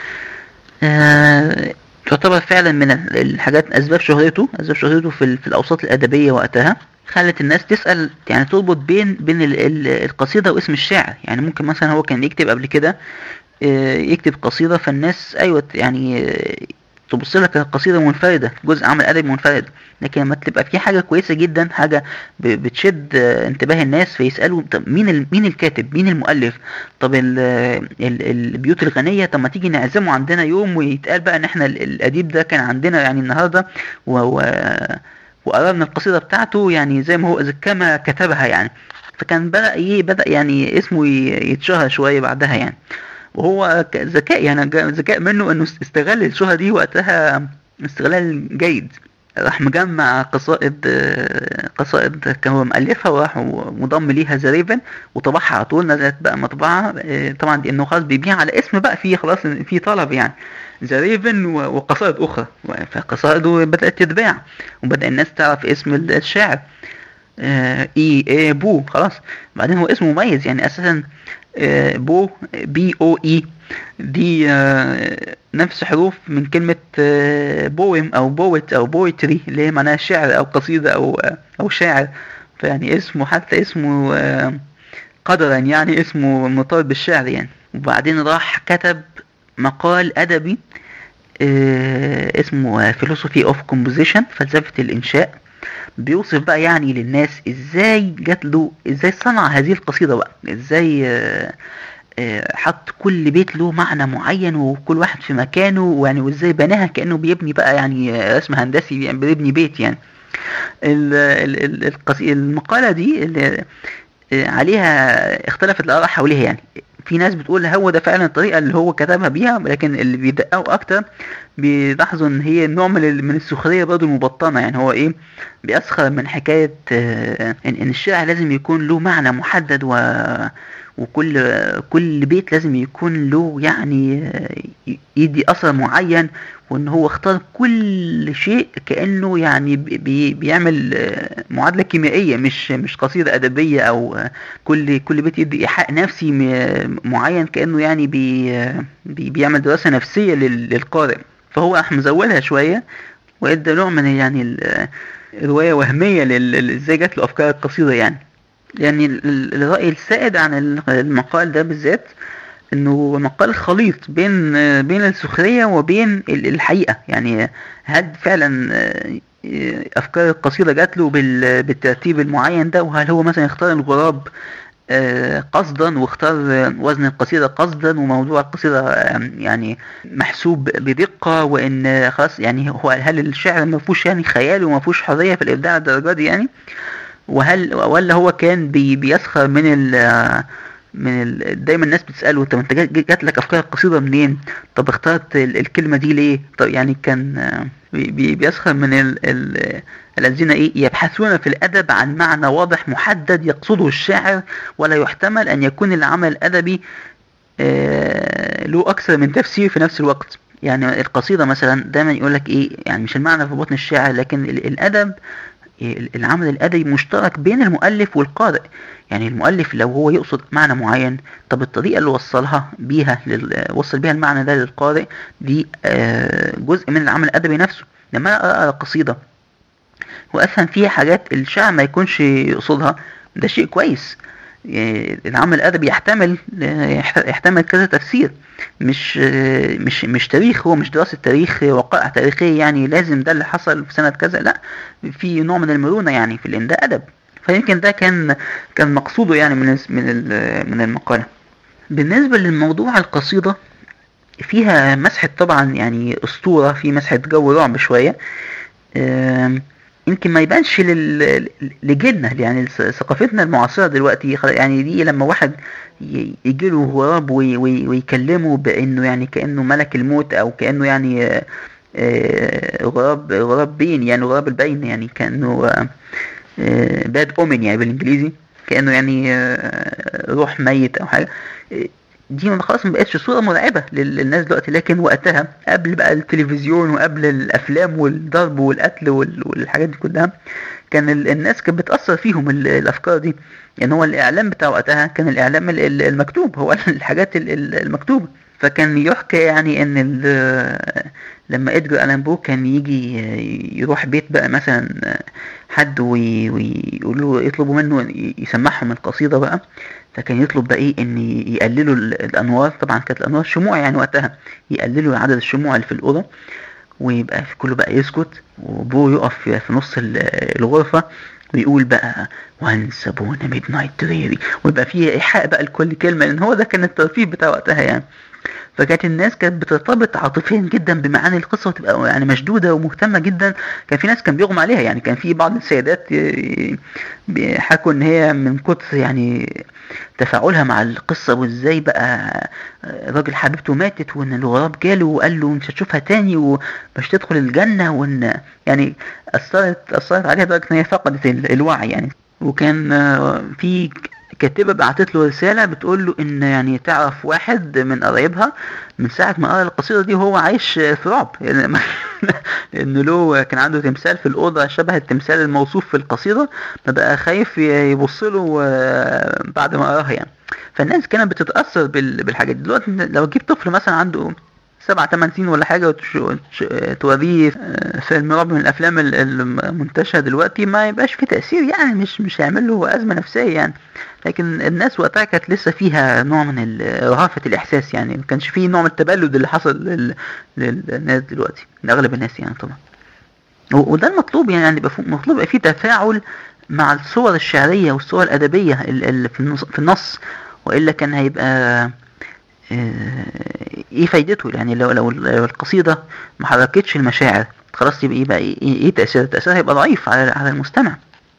آه، تعتبر فعلا من ال- الحاجات، أسباب شهرته أسباب شهرته في ال- في الأوساط الأدبية وقتها، خلت الناس تسأل يعني، تربط بين بين ال- ال- القصيدة واسم الشاعر. يعني ممكن مثلا هو كان يكتب قبل كده آه، يكتب قصيدة، فالناس أيوة يعني آه، تبص لك القصيدة منفردة، جزء عمل أدبي منفرد. لكن لما تبقى في حاجة كويسة جدا، حاجة ب- بتشد آه، انتباه الناس، فيسألوا طب مين ال- مين الكاتب، مين المؤلف. طب ال- ال- البيوت الغنية، طب ما تيجي نعزمه عندنا يوم ويتقال بقى ان احنا ال- الأديب ده كان عندنا يعني النهاردة، و و وقررنا القصيدة بتاعته يعني زي ما هو إذا كما كتبها يعني. فكان بدأ ايه بدأ يعني اسمه ي- يتشهر شوية بعدها يعني. وهو ك- ذكاء يعني، جا- ذكاء منه انه استغل الشهرة دي وقتها استغلال جيد. راح مجمع قصائد آه، قصائد كان هو مؤلفها، وراح مضم ليها زريفن وطبعها على طول، نزلت بقى مطبعة آه، طبعا دي انه خلاص بيبيع على اسم بقى، فيه خلاص في طلب يعني، زريفن و- وقصائد اخرى. فقصائده بدأت تتباع، وبدأ الناس تعرف اسم الشاعر. آه، اي اي بو خلاص. بعدين هو اسمه مميز يعني اساسا، آه، بو بي او اي، دي آه، نفس حروف من كلمة آه، بويم او بويت او بويتري، اللي هي معناها شعر او قصيدة او آه، او شاعر. فيعني اسمه حتى اسمه آه، قدرا يعني اسمه مرتبط بالشعر يعني. وبعدين راح كتب مقال ادبي آه، اسمه philosophy of composition، فلسفة الإنشاء. بيوصف بقى يعني للناس ازاي جات له، ازاي صنع هذه القصيدة بقى، ازاي آه، آه، حط كل بيت له معنى معين وكل واحد في مكانه يعني، وازاي بناها كأنه بيبني بقى يعني آه، رسم هندسي، يعني بيبني بيت يعني. ال- ال- ال- القصي- المقالة دي اللي آه، عليها اختلفت الآراء حواليها يعني. في ناس بتقول هو ده فعلا الطريقة اللي هو كتبها بيها، لكن اللي بيدققوا أكتر بيلاحظوا إن هي نوع من ال- من السخرية برضه المبطنة. يعني هو إيه، بيسخر من حكاية آه، إن إن الشعر لازم يكون له معنى محدد و وكل كل بيت لازم يكون له يعني آه، يدي أثر معين، وإن هو اختار كل شيء كأنه يعني بي بيعمل آه، معادلة كيميائية، مش مش قصيدة أدبية، أو آه، كل كل بيت يدي إيحاء نفسي م- معين، كأنه يعني بي آه، بي بيعمل دراسة نفسية لل- للقارئ. فهو راح مزودها شوية، وادى نوع من يعني ال- رواية وهمية لل- لل- ازاي جات له افكار القصيدة يعني. يعني ال- ال- الرأي السائد عن ال- المقال ده بالذات انه مقال خليط بين بين السخرية وبين ال- الحقيقة. يعني هل فعلا آه، افكار القصيدة جات له بال- بالترتيب المعين ده، وهل هو مثلا يختار الغراب آه، قصدا، واختار آه، وزن القصيدة قصدا، وموضوع القصيدة آه، يعني محسوب بدقة، وان آه، خلاص يعني هو هل الشعر ما فيهوش يعني خيال وما فيهوش حرية في الإبداع الدرجة دي يعني، وهل ولا هو كان بي بيسخر من ال آه، من ال دايما الناس بتسأله طب انت جات جات لك افكار القصيدة منين؟ طب اخترت ال- الكلمة دي ليه؟ طب يعني كان آه، بي بي- بيسخر من ال ال الذين ايه يبحثون في الادب عن معنى واضح محدد يقصده الشاعر، ولا يحتمل ان يكون العمل الادبي آه، له اكثر من تفسير في نفس الوقت. يعني القصيدة مثلا دايما يقول لك ايه، يعني مش المعنى في بطن الشاعر، لكن ال- الادب، العمل الأدبي مشترك بين المؤلف والقارئ. يعني المؤلف لو هو يقصد معنى معين، طب الطريقة اللي وصلها بيها لل... وصل بيها المعنى ده للقارئ دي آه، جزء من العمل الأدبي نفسه. لما أنا أقرأ قصيدة وأفهم فيها حاجات الشاعر ما يكونش يقصدها، ده شيء كويس. يعني العمل الأدبي يحتمل يحتمل كذا تفسير، مش مش مش تاريخ، هو مش دراسة تاريخ وقائع تاريخية يعني لازم ده اللي حصل في سنة كذا، لا، في نوع من المرونة يعني في لأن ده أدب. فيمكن ده كان كان مقصوده يعني من من من المقالة. بالنسبة للموضوع القصيدة، فيها مسحة طبعا يعني أسطورة، في مسحة جو رعب شوية. آم، يمكن ما يبانش لل- لجيلنا يعني ث- ثقافتنا المعاصرة دلوقتي، خ- يعني دي لما واحد ي- يجيله غراب وي- وي- ويكلمه بأنه يعني كأنه ملك الموت، أو كأنه يعني آه، آه، غراب غراب بين، يعني غراب البين، يعني كأنه باد اومن يعني بالانجليزي، كأنه يعني آه، روح ميت او حاجة. آه، دي ما خلاص ما بقتش صورة مرعبة لل- للناس دلوقتي، لكن وقتها قبل بقى التلفزيون وقبل الافلام والضرب والقتل وال- والحاجات دي كلها، كان ال- الناس كانت بتأثر فيهم ال- الافكار دي. يعني هو الاعلام بتاع وقتها كان الاعلام ال- ال- المكتوب، هو الحاجات ال- ال- المكتوبة. فكان يحكى يعني ان ال- لما ادجار الان بو كان يجي يروح بيت بقى مثلا حد وي- ويقولوا يطلبوا منه يسمعهم القصيدة بقى، فكان يطلب بقى ايه ان يقللوا ال- الانوار، طبعا كانت الانوار شموع يعني وقتها، يقللوا عدد الشموع اللي في الاوضه، ويبقى في كله بقى يسكت، وبو يقف في في نص ال- الغرفه ويقول بقى وانس ابون ميد نايت دريري، ويبقى فيه ايحاء بقى لكل كلمه، لان هو ده كان الترفيه بتاع وقتها يعني. فكانت الناس كانت بترتبط عاطفيا جدا بمعاني القصة، وتبقى يعني مشدودة ومهتمة جدا. كان في ناس كان بيغمى عليها، يعني كان في بعض السيدات ي- بيحكوا ان هي من كتر يعني تفاعلها مع القصة، وازاي بقى راجل حبيبته ماتت، وان الغراب جاله وقال له مش هتشوفها تاني ومش تدخل الجنة، وان يعني اثرت اثرت عليها لدرجة ان هي فقدت ال- الوعي يعني. وكان آه، في كاتبة بعتت له رسالة بتقول له ان يعني تعرف واحد من قرايبها من ساعة ما قرا القصيدة دي وهو عايش في رعب يعني لانه له كان عنده تمثال في الأوضة شبه التمثال الموصوف في القصيدة، فبقى خايف يبص له آه، بعد ما قراها يعني. فالناس كانت بتتأثر بال- بالحاجات دي. دلوقتي لو تجيب طفل مثلا عنده سبع تمن سنين ولا حاجة وتش- وتش- توريه آه، فيلم رعب من الأفلام ال- المنتشرة دلوقتي، ما يبقاش فيه تأثير يعني، مش مش هيعمل له أزمة نفسية يعني. لكن الناس وقتها كانت لسه فيها نوع من ال- رهافة الإحساس يعني، ما كانش فيه نوع من التبلد اللي حصل لل- للناس دلوقتي، لأغلب الناس يعني طبعا. و- وده المطلوب يعني، يعني يبقى فيه- مطلوب يبقى فيه تفاعل مع الصور الشعرية والصور الأدبية ال- اللي في النص في النص، وإلا كان هيبقى آه، ايه فايدته يعني؟ لو لو لو القصيدة ما حركتش المشاعر خلاص، يبقى يبقى ايه, إيه تأثير التأثير هيبقى ضعيف على على المستمع.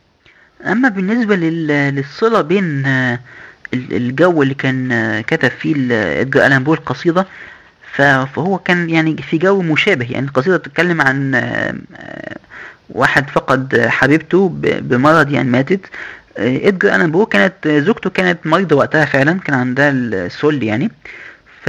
اما بالنسبة لل- للصلة بين آه، ال- الجو اللي كان آه، كتب فيه ال- ادجار الان بو القصيدة، ف- فهو كان يعني في جو مشابه. يعني القصيدة بتتكلم عن آه، آه، واحد فقد حبيبته ب- بمرض يعني ماتت، آه، ادجار الان بو كانت زوجته كانت مريضة وقتها فعلا، كان عندها السل يعني. ف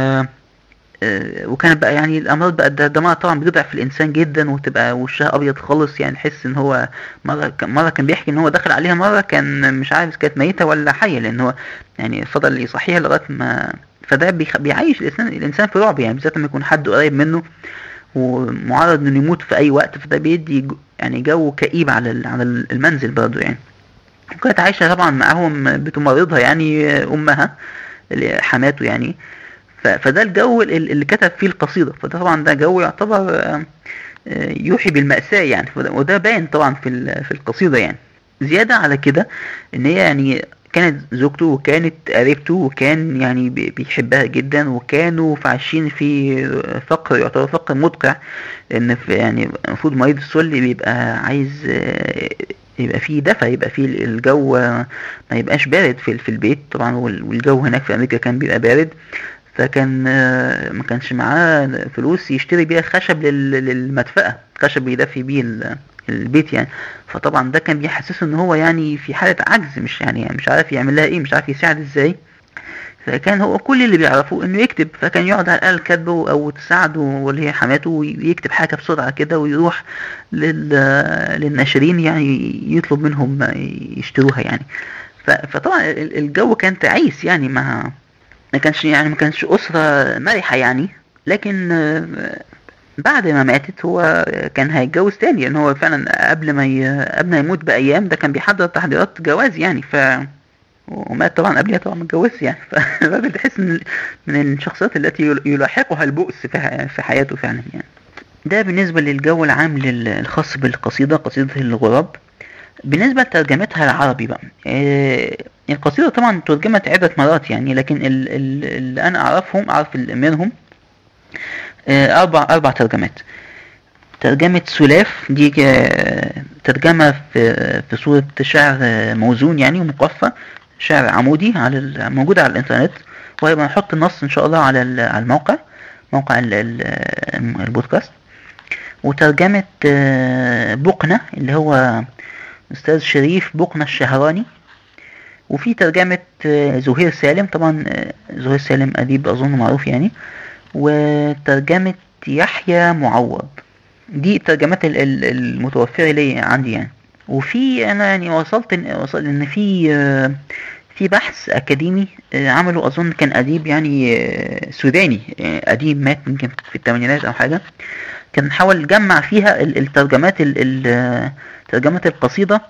آه، وكانت بقى يعني الامراض بقى ده دمها طبعا بيضعف في الانسان جدا، وتبقى وشها ابيض خالص، يعني تحس ان هو مره كان- مره كان بيحكي ان هو دخل عليها مره كان مش عارف كانت ميته ولا حيه، لان هو يعني فضل يصحيها لغايه ما. فده بيخ- بيعيش الانسان الانسان في رعب يعني، بالذات لما يكون حد قريب منه ومعرض انه يموت في اي وقت، فده بيدي جو- يعني جو كئيب على ال- على المنزل برضه يعني. وكانت عايشه طبعا معاهم بتمرضها يعني امها اللي حماته يعني. ف- فده الجو ال- اللي كتب فيه القصيدة، فده طبعا ده جو يعتبر آه، آه، يوحي بالمأساة يعني. فده- وده باين طبعا في ال- في القصيدة يعني. زيادة على كده ان هي يعني كانت زوجته وكانت قريبته، وكان يعني بي- بيحبها جدا، وكانوا في عايشين في فقر يعتبر فقر مدقع، لان في يعني المفروض مريض السل بيبقى عايز آه، يبقى فيه دفى، يبقى فيه الجو آه، ما يبقاش بارد في في البيت طبعا، وال- والجو هناك في امريكا كان بيبقى بارد. فكان آه، ما كانش معاه فلوس يشتري بيها خشب لل- للمدفأة، خشب يدفي بيه ال- البيت يعني. فطبعا ده كان بيحسسه ان هو يعني في حالة عجز، مش يعني مش عارف يعمل لها ايه، مش عارف يساعد ازاي. فكان هو كل اللي بيعرفه انه يكتب، فكان يقعد على الآلة كاتبه او تساعده واللي هي حماته، ويكتب حاجة بسرعة كده ويروح لل... للناشرين يعني يطلب منهم يشتروها يعني. ف... فطبعا ال- الجو كان تعيس يعني، ما ما كانش يعني ما كانش أسرة مرحة يعني. لكن آه، بعد ما ماتت هو كان هيتجوز تاني، لأن هو فعلا قبل ما ي... قبل ما يموت بأيام ده كان بيحضر تحضيرات جواز يعني. ف ومات طبعا قبلها طبعا متجوز يعني. فالراجل تحس ان من الشخصيات التي يل- يلاحقها البؤس في ح- في حياته فعلا يعني. ده بالنسبة للجو العام لل- الخاص بالقصيدة، قصيدة الغراب. بالنسبة لترجمتها العربي بقى، آه، القصيدة طبعا ترجمت عدة مرات يعني، لكن ال- ال- اللي أنا أعرفهم أعرف ال- منهم آه، أربع أربع ترجمات. ترجمة سلاف دي آه، ترجمة في في صورة شعر آه، موزون يعني ومقفى، شعر عمودي على ال- موجود على الإنترنت، وهيبقى نحط النص إن شاء الله على ال- على الموقع، موقع ال- ال- البودكاست. وترجمة آه، بقنة اللي هو أستاذ شريف بقنة الشهراني. وفي ترجمة آه، زهير سالم طبعا، آه، زهير سالم أديب أظن معروف يعني. وترجمة يحيى معوض. دي الترجمات ال- ال- المتوفرة لي عندي يعني. وفي أنا يعني وصلت إن وصلت إن في آه، في بحث أكاديمي آه، عمله أظن كان أديب يعني آه، سوداني، آه، أديب مات يمكن في الثمانينات أو حاجة. كان حاول جمع فيها ال- الترجمات ال- ال- آه، ترجمات القصيدة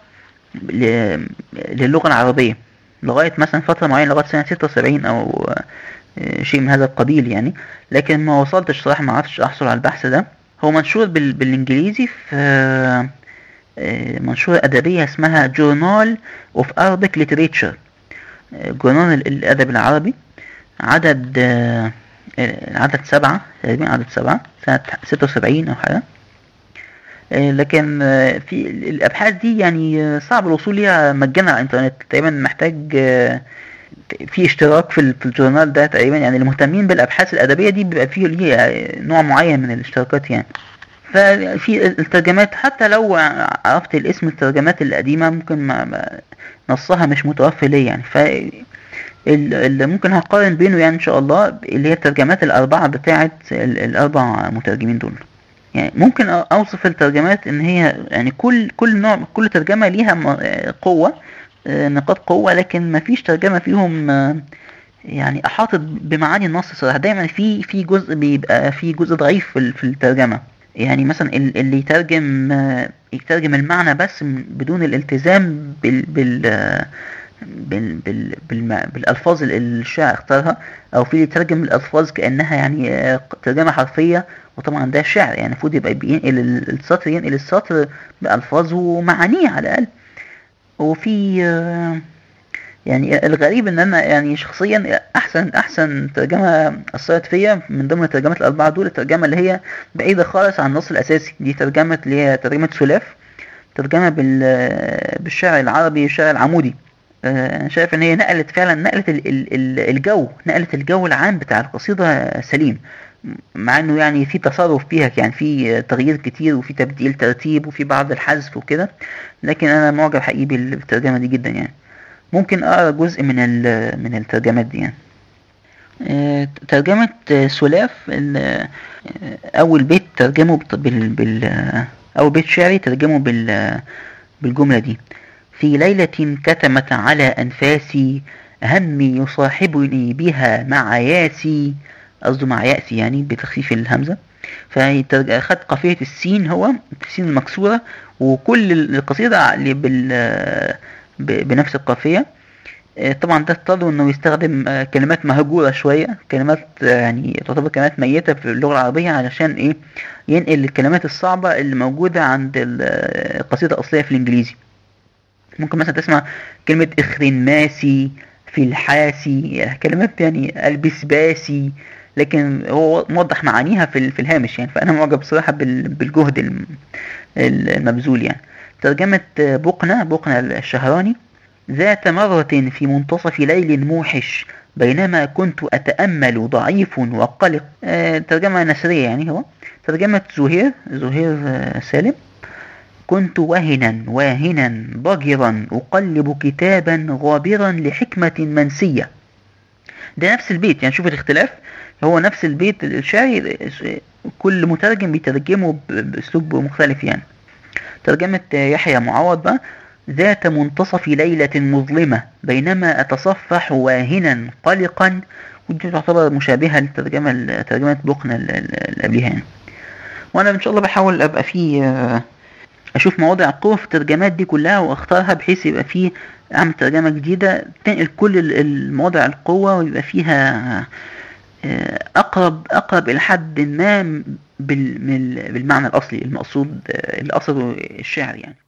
ل- للغة العربية لغاية مثلا فترة معينة، لغاية سنة ستة وسبعين أو آه، شيء من هذا القبيل يعني. لكن ما وصلتش صراحة، ما عرفتش أحصل على البحث ده. هو منشور بال... بالإنجليزي في آه، آه، منشورة أدبية اسمها Journal of Arabic Literature، آه، جورنال ال- الأدب العربي. عدد آه، آه، عدد سبعة تقريبا، عدد سبعة سنة ستة وسبعين أو حاجة. آه، لكن آه، في الأبحاث دي يعني آه، صعب الوصول ليها مجانا على الإنترنت، تقريبا محتاج آه، في اشتراك في ال- في الجورنال ده تقريبا يعني. المهتمين بالأبحاث الأدبية دي بيبقى فيه ليه آه، نوع معين من الاشتراكات يعني. ففي الترجمات حتى لو عرفت الاسم، الترجمات القديمة ممكن ما ما- نصها مش متوفر ليا يعني. ف اللي ممكن هقارن بينه يعني ان شاء الله اللي هي الترجمات الاربعه بتاعه ال- الاربع مترجمين دول. يعني ممكن أ- اوصف الترجمات ان هي يعني كل كل نوع كل ترجمه ليها م- آه، قوه، آه، نقاط قوه، لكن ما فيش ترجمه فيهم آه، يعني احاطت بمعاني النص صراحه. دايما في في جزء بيبقى في جزء ضعيف في ال- في الترجمه يعني. مثلا ال- اللي يترجم آه، يترجم المعنى بس م- بدون الالتزام بال بال آه، بال بال بالم- بالالفاظ اللي الشاعر اختارها، او في اللي يترجم الالفاظ كانها يعني آه، ترجمه حرفيه. وطبعا ده شعر يعني، المفروض يبقى بينقل ال- السطر ينقل السطر بألفاظه ومعانيه على الأقل. وفي آه، يعني الغريب ان انا يعني شخصيا احسن احسن ترجمه اثرت فيا من ضمن الترجمات الاربعه دول الترجمه اللي هي بعيده خالص عن النص الاساسي. دي ترجمه اللي هي ترجمه سلاف، ترجمه بال بالشعر العربي، الشعر العمودي. آه، انا شايف ان هي نقلت فعلا، نقلت ال- ال- ال- الجو، نقلت الجو العام بتاع القصيده سليم. مع انه يعني في تصرف فيها، يعني في تغيير كتير وفي تبديل ترتيب وفي بعض الحذف وكده، لكن انا معجب حقيقي بالترجمة دي جدا يعني. ممكن اقرا جزء من من الترجمات دي يعني. آه، ترجمة آه، سلاف ال- آه، أول بيت ترجمه بط- بال بال آه، أول بيت شعري ترجمه بال آه، بالجملة دي: في ليلة كتمت على أنفاسي همي يصاحبني بها مع ياسي. قصده مع يأسي يعني بتخفيف الهمزة. فخد قافية السين، هو السين المكسورة، وكل القصيدة اللي بال آه، ب- بنفس القافية. آه، طبعا ده اضطر انه يستخدم آه، كلمات مهجورة شوية، كلمات آه، يعني تعتبر كلمات ميتة في اللغة العربية، علشان ايه؟ ينقل الكلمات الصعبة اللي موجودة عند ال- آه، القصيدة الأصلية في الإنجليزي. ممكن مثلا تسمع كلمة اخرن ماسي، في الحاسي، آه، كلمات يعني البسباسي، لكن هو موضح معانيها في ال- في الهامش يعني. فأنا معجب بصراحة بال- بالجهد الم- المبذول يعني. ترجمة آه، بقنة بقنة الشهراني: ذات مرة في منتصف ليل موحش بينما كنت أتأمل ضعيف وقلق. آه، ترجمة نثرية يعني. هو ترجمة زهير زهير آه، سالم: كنت وهنا واهنا ضجرا أقلب كتابا غابرا لحكمة منسية. ده نفس البيت يعني، شوف الاختلاف، هو نفس البيت الشعري، آه، كل مترجم بيترجمه ب- بأسلوب مختلف يعني. ترجمة يحيى معوض بقى: ذات منتصف ليلة مظلمة بينما أتصفح واهنا قلقا. ودي تعتبر مشابهة لترجمة ترجمة بوقنا اللي قبلها يعني. وأنا إن شاء الله بحاول أبقى فيه أشوف مواضع القوة في الترجمات دي كلها وأختارها، بحيث يبقى فيه أعمل ترجمة جديدة تنقل كل المواضع القوة، ويبقى فيها آه، أقرب أقرب إلى حد ما بال- من- بالمعنى الأصلي المقصود، آه، اللي قصده الشاعر يعني.